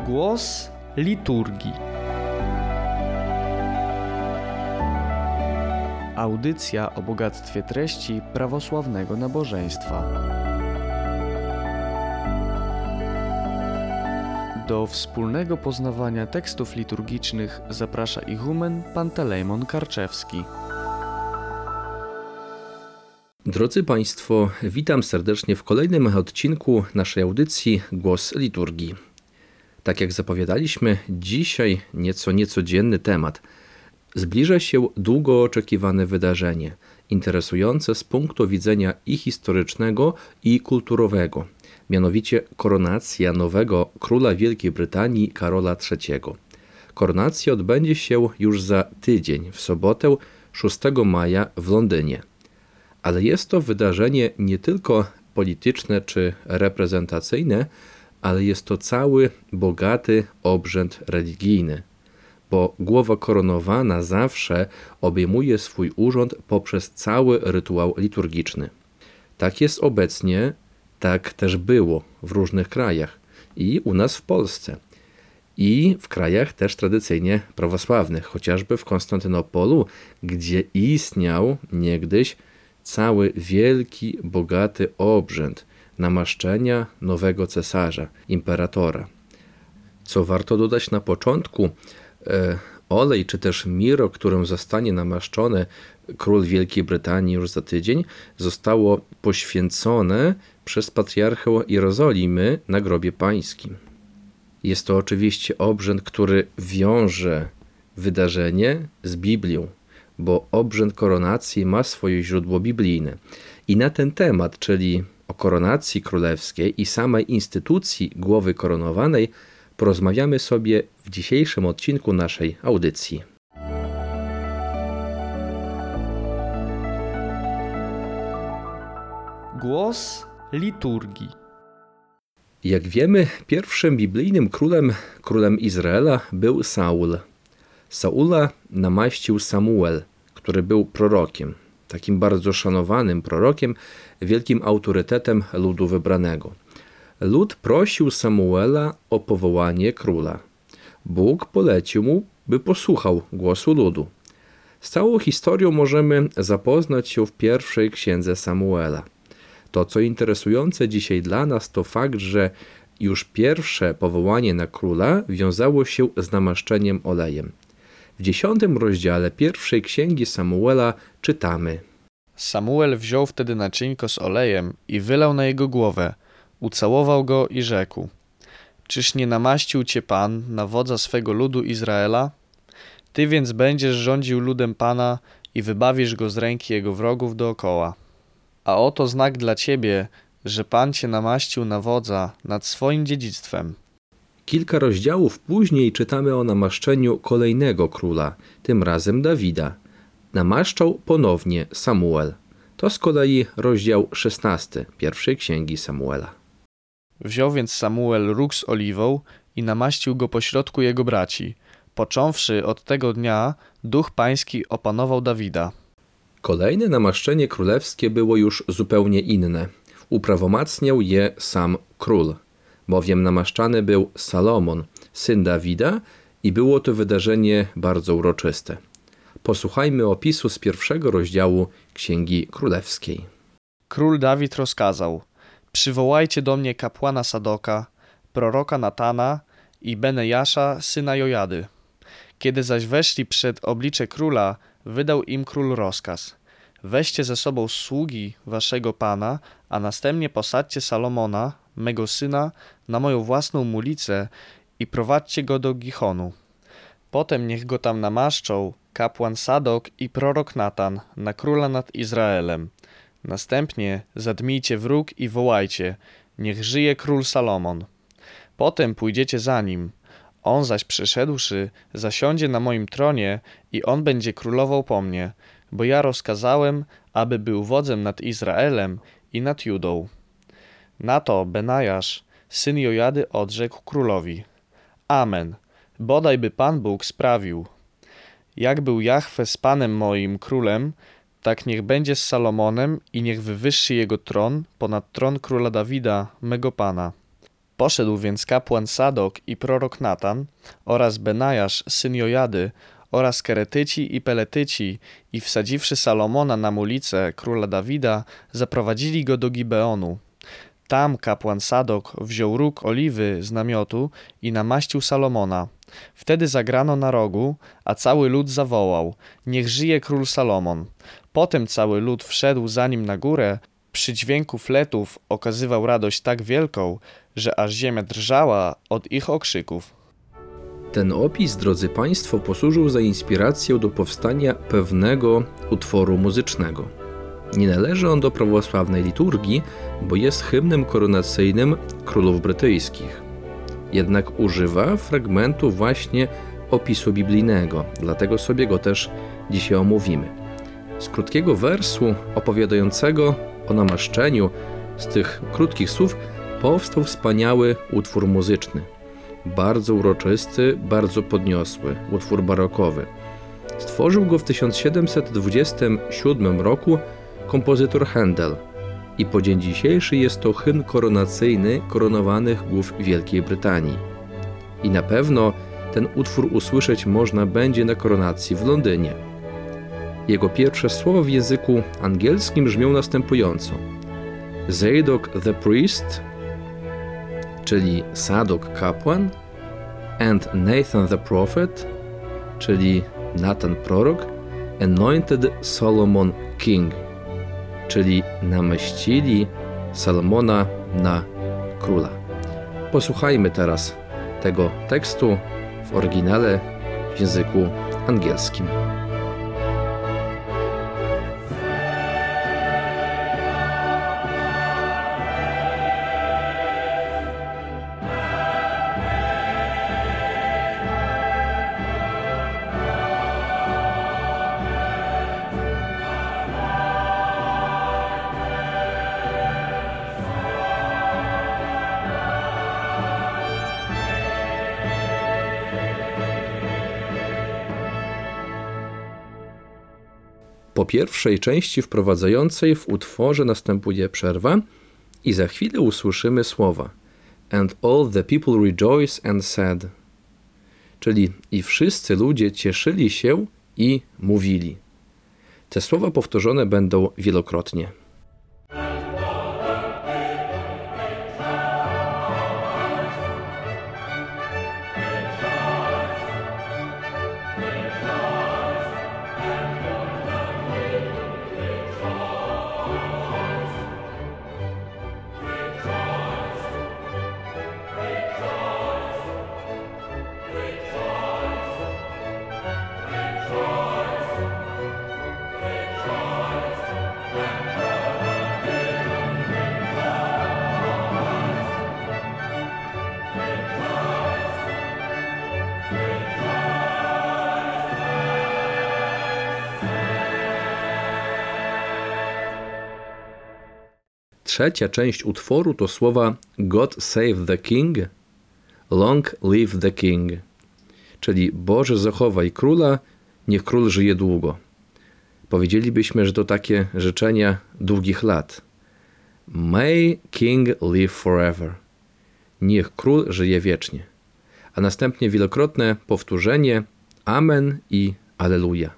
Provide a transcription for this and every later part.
Głos liturgii. Audycja o bogactwie treści prawosławnego nabożeństwa. Do wspólnego poznawania tekstów liturgicznych zaprasza ichumen Pantelejmon Karczewski. Drodzy Państwo, witam serdecznie w kolejnym odcinku naszej audycji Głos liturgii. Tak jak zapowiadaliśmy, dzisiaj nieco niecodzienny temat. Zbliża się długo oczekiwane wydarzenie, interesujące z punktu widzenia i historycznego, i kulturowego. Mianowicie koronacja nowego króla Wielkiej Brytanii Karola III. Koronacja odbędzie się już za tydzień, w sobotę 6 maja w Londynie. Ale jest to wydarzenie nie tylko polityczne czy reprezentacyjne, ale jest to cały bogaty obrzęd religijny, bo głowa koronowana zawsze obejmuje swój urząd poprzez cały rytuał liturgiczny. Tak jest obecnie, tak też było w różnych krajach i u nas w Polsce. I w krajach też tradycyjnie prawosławnych, chociażby w Konstantynopolu, gdzie istniał niegdyś cały wielki, bogaty obrzęd namaszczenia nowego cesarza, imperatora. Co warto dodać na początku, olej czy też miro, którym zostanie namaszczony król Wielkiej Brytanii już za tydzień, zostało poświęcone przez patriarchę Jerozolimy na grobie pańskim. Jest to oczywiście obrzęd, który wiąże wydarzenie z Biblią, bo obrzęd koronacji ma swoje źródło biblijne. I na ten temat, czyli o koronacji królewskiej i samej instytucji głowy koronowanej, porozmawiamy sobie w dzisiejszym odcinku naszej audycji. Głos liturgii. Jak wiemy, pierwszym biblijnym królem Izraela był Saul. Saula namaścił Samuel, który był prorokiem, takim bardzo szanowanym prorokiem, wielkim autorytetem ludu wybranego. Lud prosił Samuela o powołanie króla. Bóg polecił mu, by posłuchał głosu ludu. Z całą historią możemy zapoznać się w pierwszej księdze Samuela. To, co interesujące dzisiaj dla nas, to fakt, że już pierwsze powołanie na króla wiązało się z namaszczeniem olejem. W 10 rozdziale pierwszej księgi Samuela czytamy: Samuel wziął wtedy naczyńko z olejem i wylał na jego głowę, ucałował go i rzekł: Czyż nie namaścił cię Pan na wodza swego ludu Izraela? Ty więc będziesz rządził ludem Pana i wybawisz go z ręki jego wrogów dookoła. A oto znak dla ciebie, że Pan cię namaścił na wodza nad swoim dziedzictwem. Kilka rozdziałów później czytamy o namaszczeniu kolejnego króla, tym razem Dawida. Namaszczał ponownie Samuel. To z kolei rozdział 16 pierwszej księgi Samuela. Wziął więc Samuel róg z oliwą i namaścił go pośrodku jego braci. Począwszy od tego dnia, duch pański opanował Dawida. Kolejne namaszczenie królewskie było już zupełnie inne. Uprawomacniał je sam król, bowiem namaszczany był Salomon, syn Dawida, i było to wydarzenie bardzo uroczyste. Posłuchajmy opisu z 1 rozdziału Księgi Królewskiej. Król Dawid rozkazał: Przywołajcie do mnie kapłana Sadoka, proroka Natana i Benejasza, syna Jojady. Kiedy zaś weszli przed oblicze króla, wydał im król rozkaz: Weźcie ze sobą sługi waszego pana, a następnie posadźcie Salomona, mego syna, na moją własną mulicę i prowadźcie go do Gichonu. Potem niech go tam namaszczą kapłan Sadok i prorok Natan na króla nad Izraelem. Następnie zadmijcie wróg i wołajcie: Niech żyje król Salomon. Potem pójdziecie za nim. On zaś przyszedłszy, zasiądzie na moim tronie i on będzie królował po mnie, bo ja rozkazałem, aby był wodzem nad Izraelem i nad Judą. Na to Benajasz, syn Jojady, odrzekł królowi: Amen. Bodajby Pan Bóg sprawił. Jak był Jahwe z Panem moim królem, tak niech będzie z Salomonem i niech wywyższy jego tron ponad tron króla Dawida, mego Pana. Poszedł więc kapłan Sadok i prorok Natan oraz Benajasz, syn Jojady, oraz Keretyci i Peletyci i wsadziwszy Salomona na mulicę króla Dawida, zaprowadzili go do Gibeonu. Tam kapłan Sadok wziął róg oliwy z namiotu i namaścił Salomona. Wtedy zagrano na rogu, a cały lud zawołał: niech żyje król Salomon. Potem cały lud wszedł za nim na górę, przy dźwięku fletów okazywał radość tak wielką, że aż ziemia drżała od ich okrzyków. Ten opis, drodzy Państwo, posłużył za inspirację do powstania pewnego utworu muzycznego. Nie należy on do prawosławnej liturgii, bo jest hymnem koronacyjnym królów brytyjskich. Jednak używa fragmentu właśnie opisu biblijnego, dlatego sobie go też dzisiaj omówimy. Z krótkiego wersu opowiadającego o namaszczeniu, z tych krótkich słów powstał wspaniały utwór muzyczny. Bardzo uroczysty, bardzo podniosły, utwór barokowy. Stworzył go w 1727 roku kompozytor Händel i po dzień dzisiejszy jest to hymn koronacyjny koronowanych głów Wielkiej Brytanii. I na pewno ten utwór usłyszeć można będzie na koronacji w Londynie. Jego pierwsze słowa w języku angielskim brzmią następująco: Zadok the priest, czyli Sadok kapłan, and Nathan the prophet, czyli Natan prorok, anointed Solomon king, czyli namaścili Salomona na króla. Posłuchajmy teraz tego tekstu w oryginale w języku angielskim. Po pierwszej części wprowadzającej w utworze następuje przerwa i za chwilę usłyszymy słowa And all the people rejoiced and said, czyli i wszyscy ludzie cieszyli się i mówili. Te słowa powtórzone będą wielokrotnie. Trzecia część utworu to słowa God save the King, long live the King, czyli Boże zachowaj króla, niech król żyje długo. Powiedzielibyśmy, że to takie życzenia długich lat. May King live forever. Niech król żyje wiecznie. A następnie wielokrotne powtórzenie Amen i Alleluja.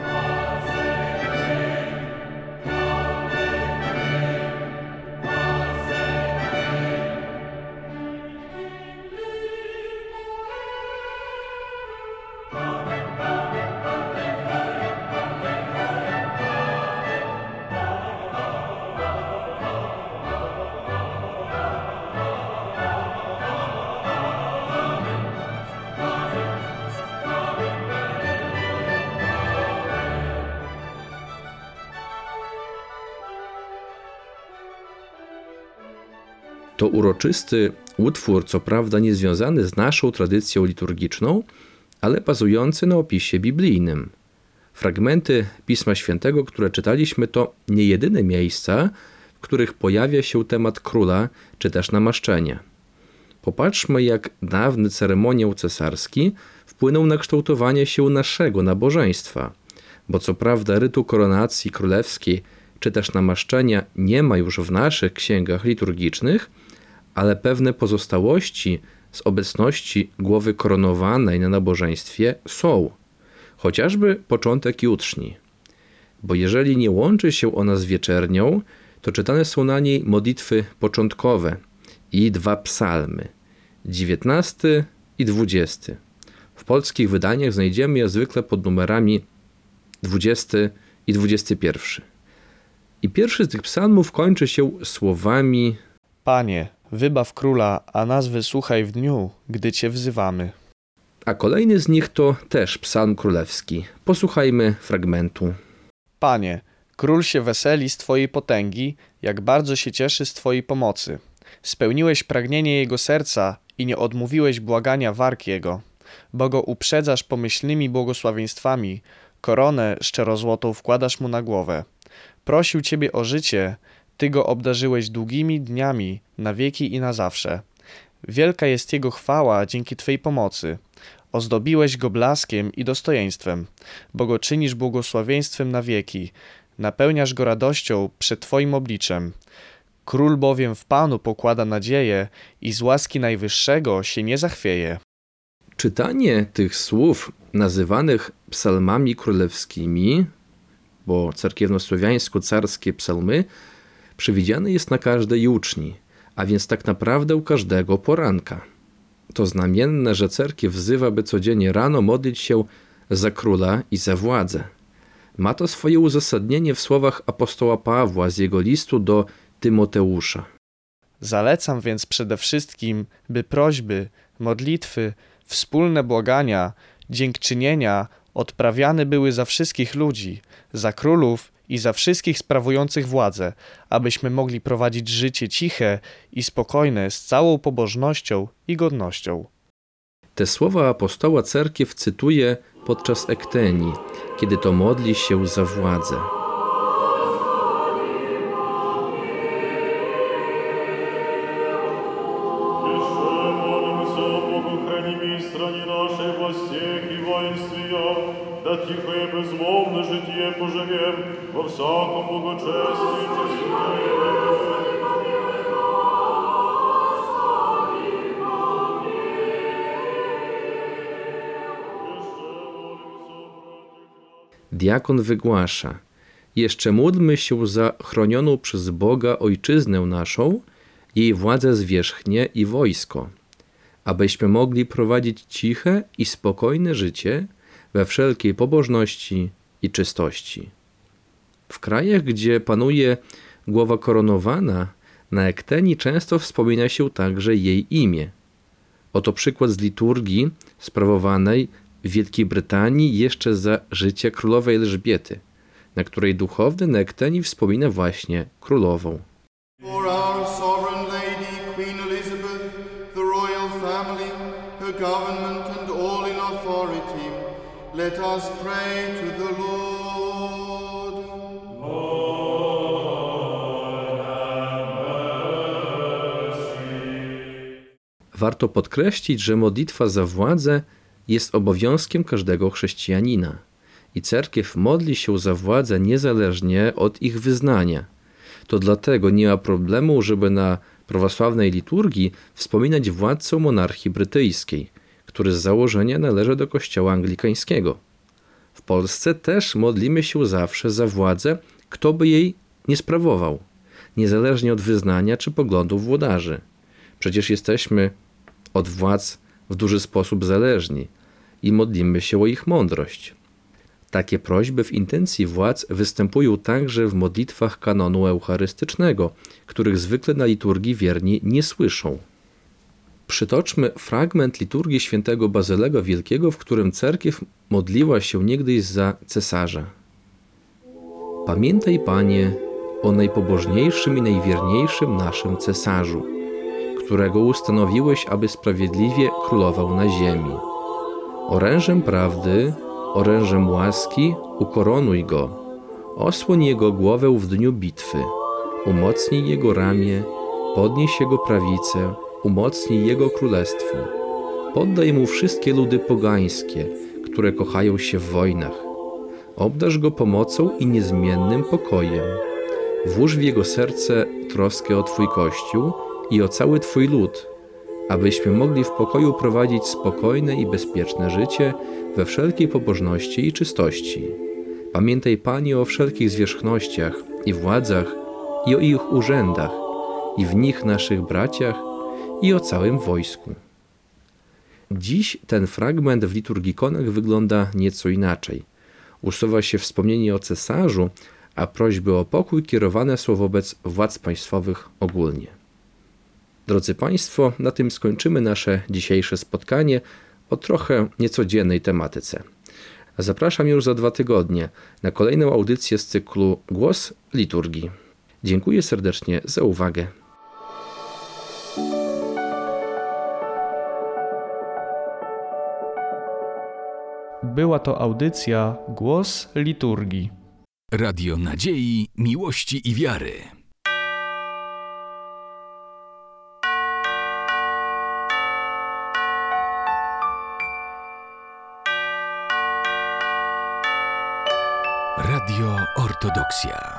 To uroczysty utwór, co prawda niezwiązany z naszą tradycją liturgiczną, ale bazujący na opisie biblijnym. Fragmenty Pisma Świętego, które czytaliśmy, to nie jedyne miejsca, w których pojawia się temat króla czy też namaszczenia. Popatrzmy, jak dawny ceremoniał cesarski wpłynął na kształtowanie się naszego nabożeństwa, bo co prawda rytu koronacji królewskiej czy też namaszczenia nie ma już w naszych księgach liturgicznych, ale pewne pozostałości z obecności głowy koronowanej na nabożeństwie są, chociażby początek jutrzni. Bo jeżeli nie łączy się ona z wieczernią, to czytane są na niej modlitwy początkowe i 2 psalmy, 19 i 20. W polskich wydaniach znajdziemy je zwykle pod numerami 20 i 21. I pierwszy z tych psalmów kończy się słowami: Panie, wybaw króla, a nas wysłuchaj w dniu, gdy Cię wzywamy. A kolejny z nich to też psalm królewski. Posłuchajmy fragmentu. Panie, król się weseli z Twojej potęgi, jak bardzo się cieszy z Twojej pomocy. Spełniłeś pragnienie jego serca i nie odmówiłeś błagania warg jego, bo go uprzedzasz pomyślnymi błogosławieństwami, koronę szczerozłotą wkładasz mu na głowę. Prosił Ciebie o życie, Ty go obdarzyłeś długimi dniami, na wieki i na zawsze. Wielka jest jego chwała dzięki Twej pomocy. Ozdobiłeś go blaskiem i dostojeństwem, bo go czynisz błogosławieństwem na wieki. Napełniasz go radością przed Twoim obliczem. Król bowiem w Panu pokłada nadzieję i z łaski Najwyższego się nie zachwieje. Czytanie tych słów nazywanych psalmami królewskimi, bo cerkiewno-słowiańsko-carskie psalmy, przewidziane jest na każdej juczni, a więc tak naprawdę u każdego poranka. To znamienne, że cerkiew wzywa, by codziennie rano modlić się za króla i za władzę. Ma to swoje uzasadnienie w słowach apostoła Pawła z jego listu do Tymoteusza. Zalecam więc przede wszystkim, by prośby, modlitwy, wspólne błagania, dziękczynienia odprawiane były za wszystkich ludzi, za królów i za wszystkich sprawujących władzę, abyśmy mogli prowadzić życie ciche i spokojne z całą pobożnością i godnością. Te słowa apostoła cerkiew cytuje podczas ektenii, kiedy to modli się za władzę. Да тихо и безмолвно житие поживем, во всяком благочестии и чистоте. Diakon wygłasza: jeszcze módlmy się za chronioną przez Boga ojczyznę naszą, jej władzę zwierzchnię i wojsko, abyśmy mogli prowadzić ciche i spokojne życie we wszelkiej pobożności i czystości. W krajach, gdzie panuje głowa koronowana, na ektenii często wspomina się także jej imię. Oto przykład z liturgii sprawowanej w Wielkiej Brytanii jeszcze za życia królowej Elżbiety, na której duchowny na ektenii wspomina właśnie królową. For our sovereign lady, Queen Elizabeth, the royal family, her government and all in authority, let us pray to the Lord. Lord, have mercy. Warto podkreślić, że modlitwa za władzę jest obowiązkiem każdego chrześcijanina i cerkiew modli się za władzę niezależnie od ich wyznania. To dlatego nie ma problemu, żeby na prawosławnej liturgii wspominać władcę monarchii brytyjskiej, który z założenia należy do kościoła anglikańskiego. W Polsce też modlimy się zawsze za władzę, kto by jej nie sprawował, niezależnie od wyznania czy poglądów włodarzy. Przecież jesteśmy od władz w duży sposób zależni i modlimy się o ich mądrość. Takie prośby w intencji władz występują także w modlitwach kanonu eucharystycznego, których zwykle na liturgii wierni nie słyszą. Przytoczmy fragment liturgii świętego Bazylego Wielkiego, w którym cerkiew modliła się niegdyś za cesarza. Pamiętaj, Panie, o najpobożniejszym i najwierniejszym naszym cesarzu, którego ustanowiłeś, aby sprawiedliwie królował na ziemi. Orężem prawdy, orężem łaski ukoronuj go, osłoń jego głowę w dniu bitwy, umocnij jego ramię, podnieś jego prawicę, umocnij jego królestwo. Poddaj mu wszystkie ludy pogańskie, które kochają się w wojnach. Obdarz go pomocą i niezmiennym pokojem. Włóż w jego serce troskę o Twój Kościół i o cały Twój lud, abyśmy mogli w pokoju prowadzić spokojne i bezpieczne życie we wszelkiej pobożności i czystości. Pamiętaj, Panie, o wszelkich zwierzchnościach i władzach i o ich urzędach i w nich naszych braciach i o całym wojsku. Dziś ten fragment w liturgikonach wygląda nieco inaczej. Usuwa się wspomnienie o cesarzu, a prośby o pokój kierowane są wobec władz państwowych ogólnie. Drodzy Państwo, na tym skończymy nasze dzisiejsze spotkanie o trochę niecodziennej tematyce. Zapraszam już za 2 tygodnie na kolejną audycję z cyklu Głos Liturgii. Dziękuję serdecznie za uwagę. Była to audycja Głos Liturgii. Radio Nadziei, Miłości i Wiary. Radio Ortodoksja.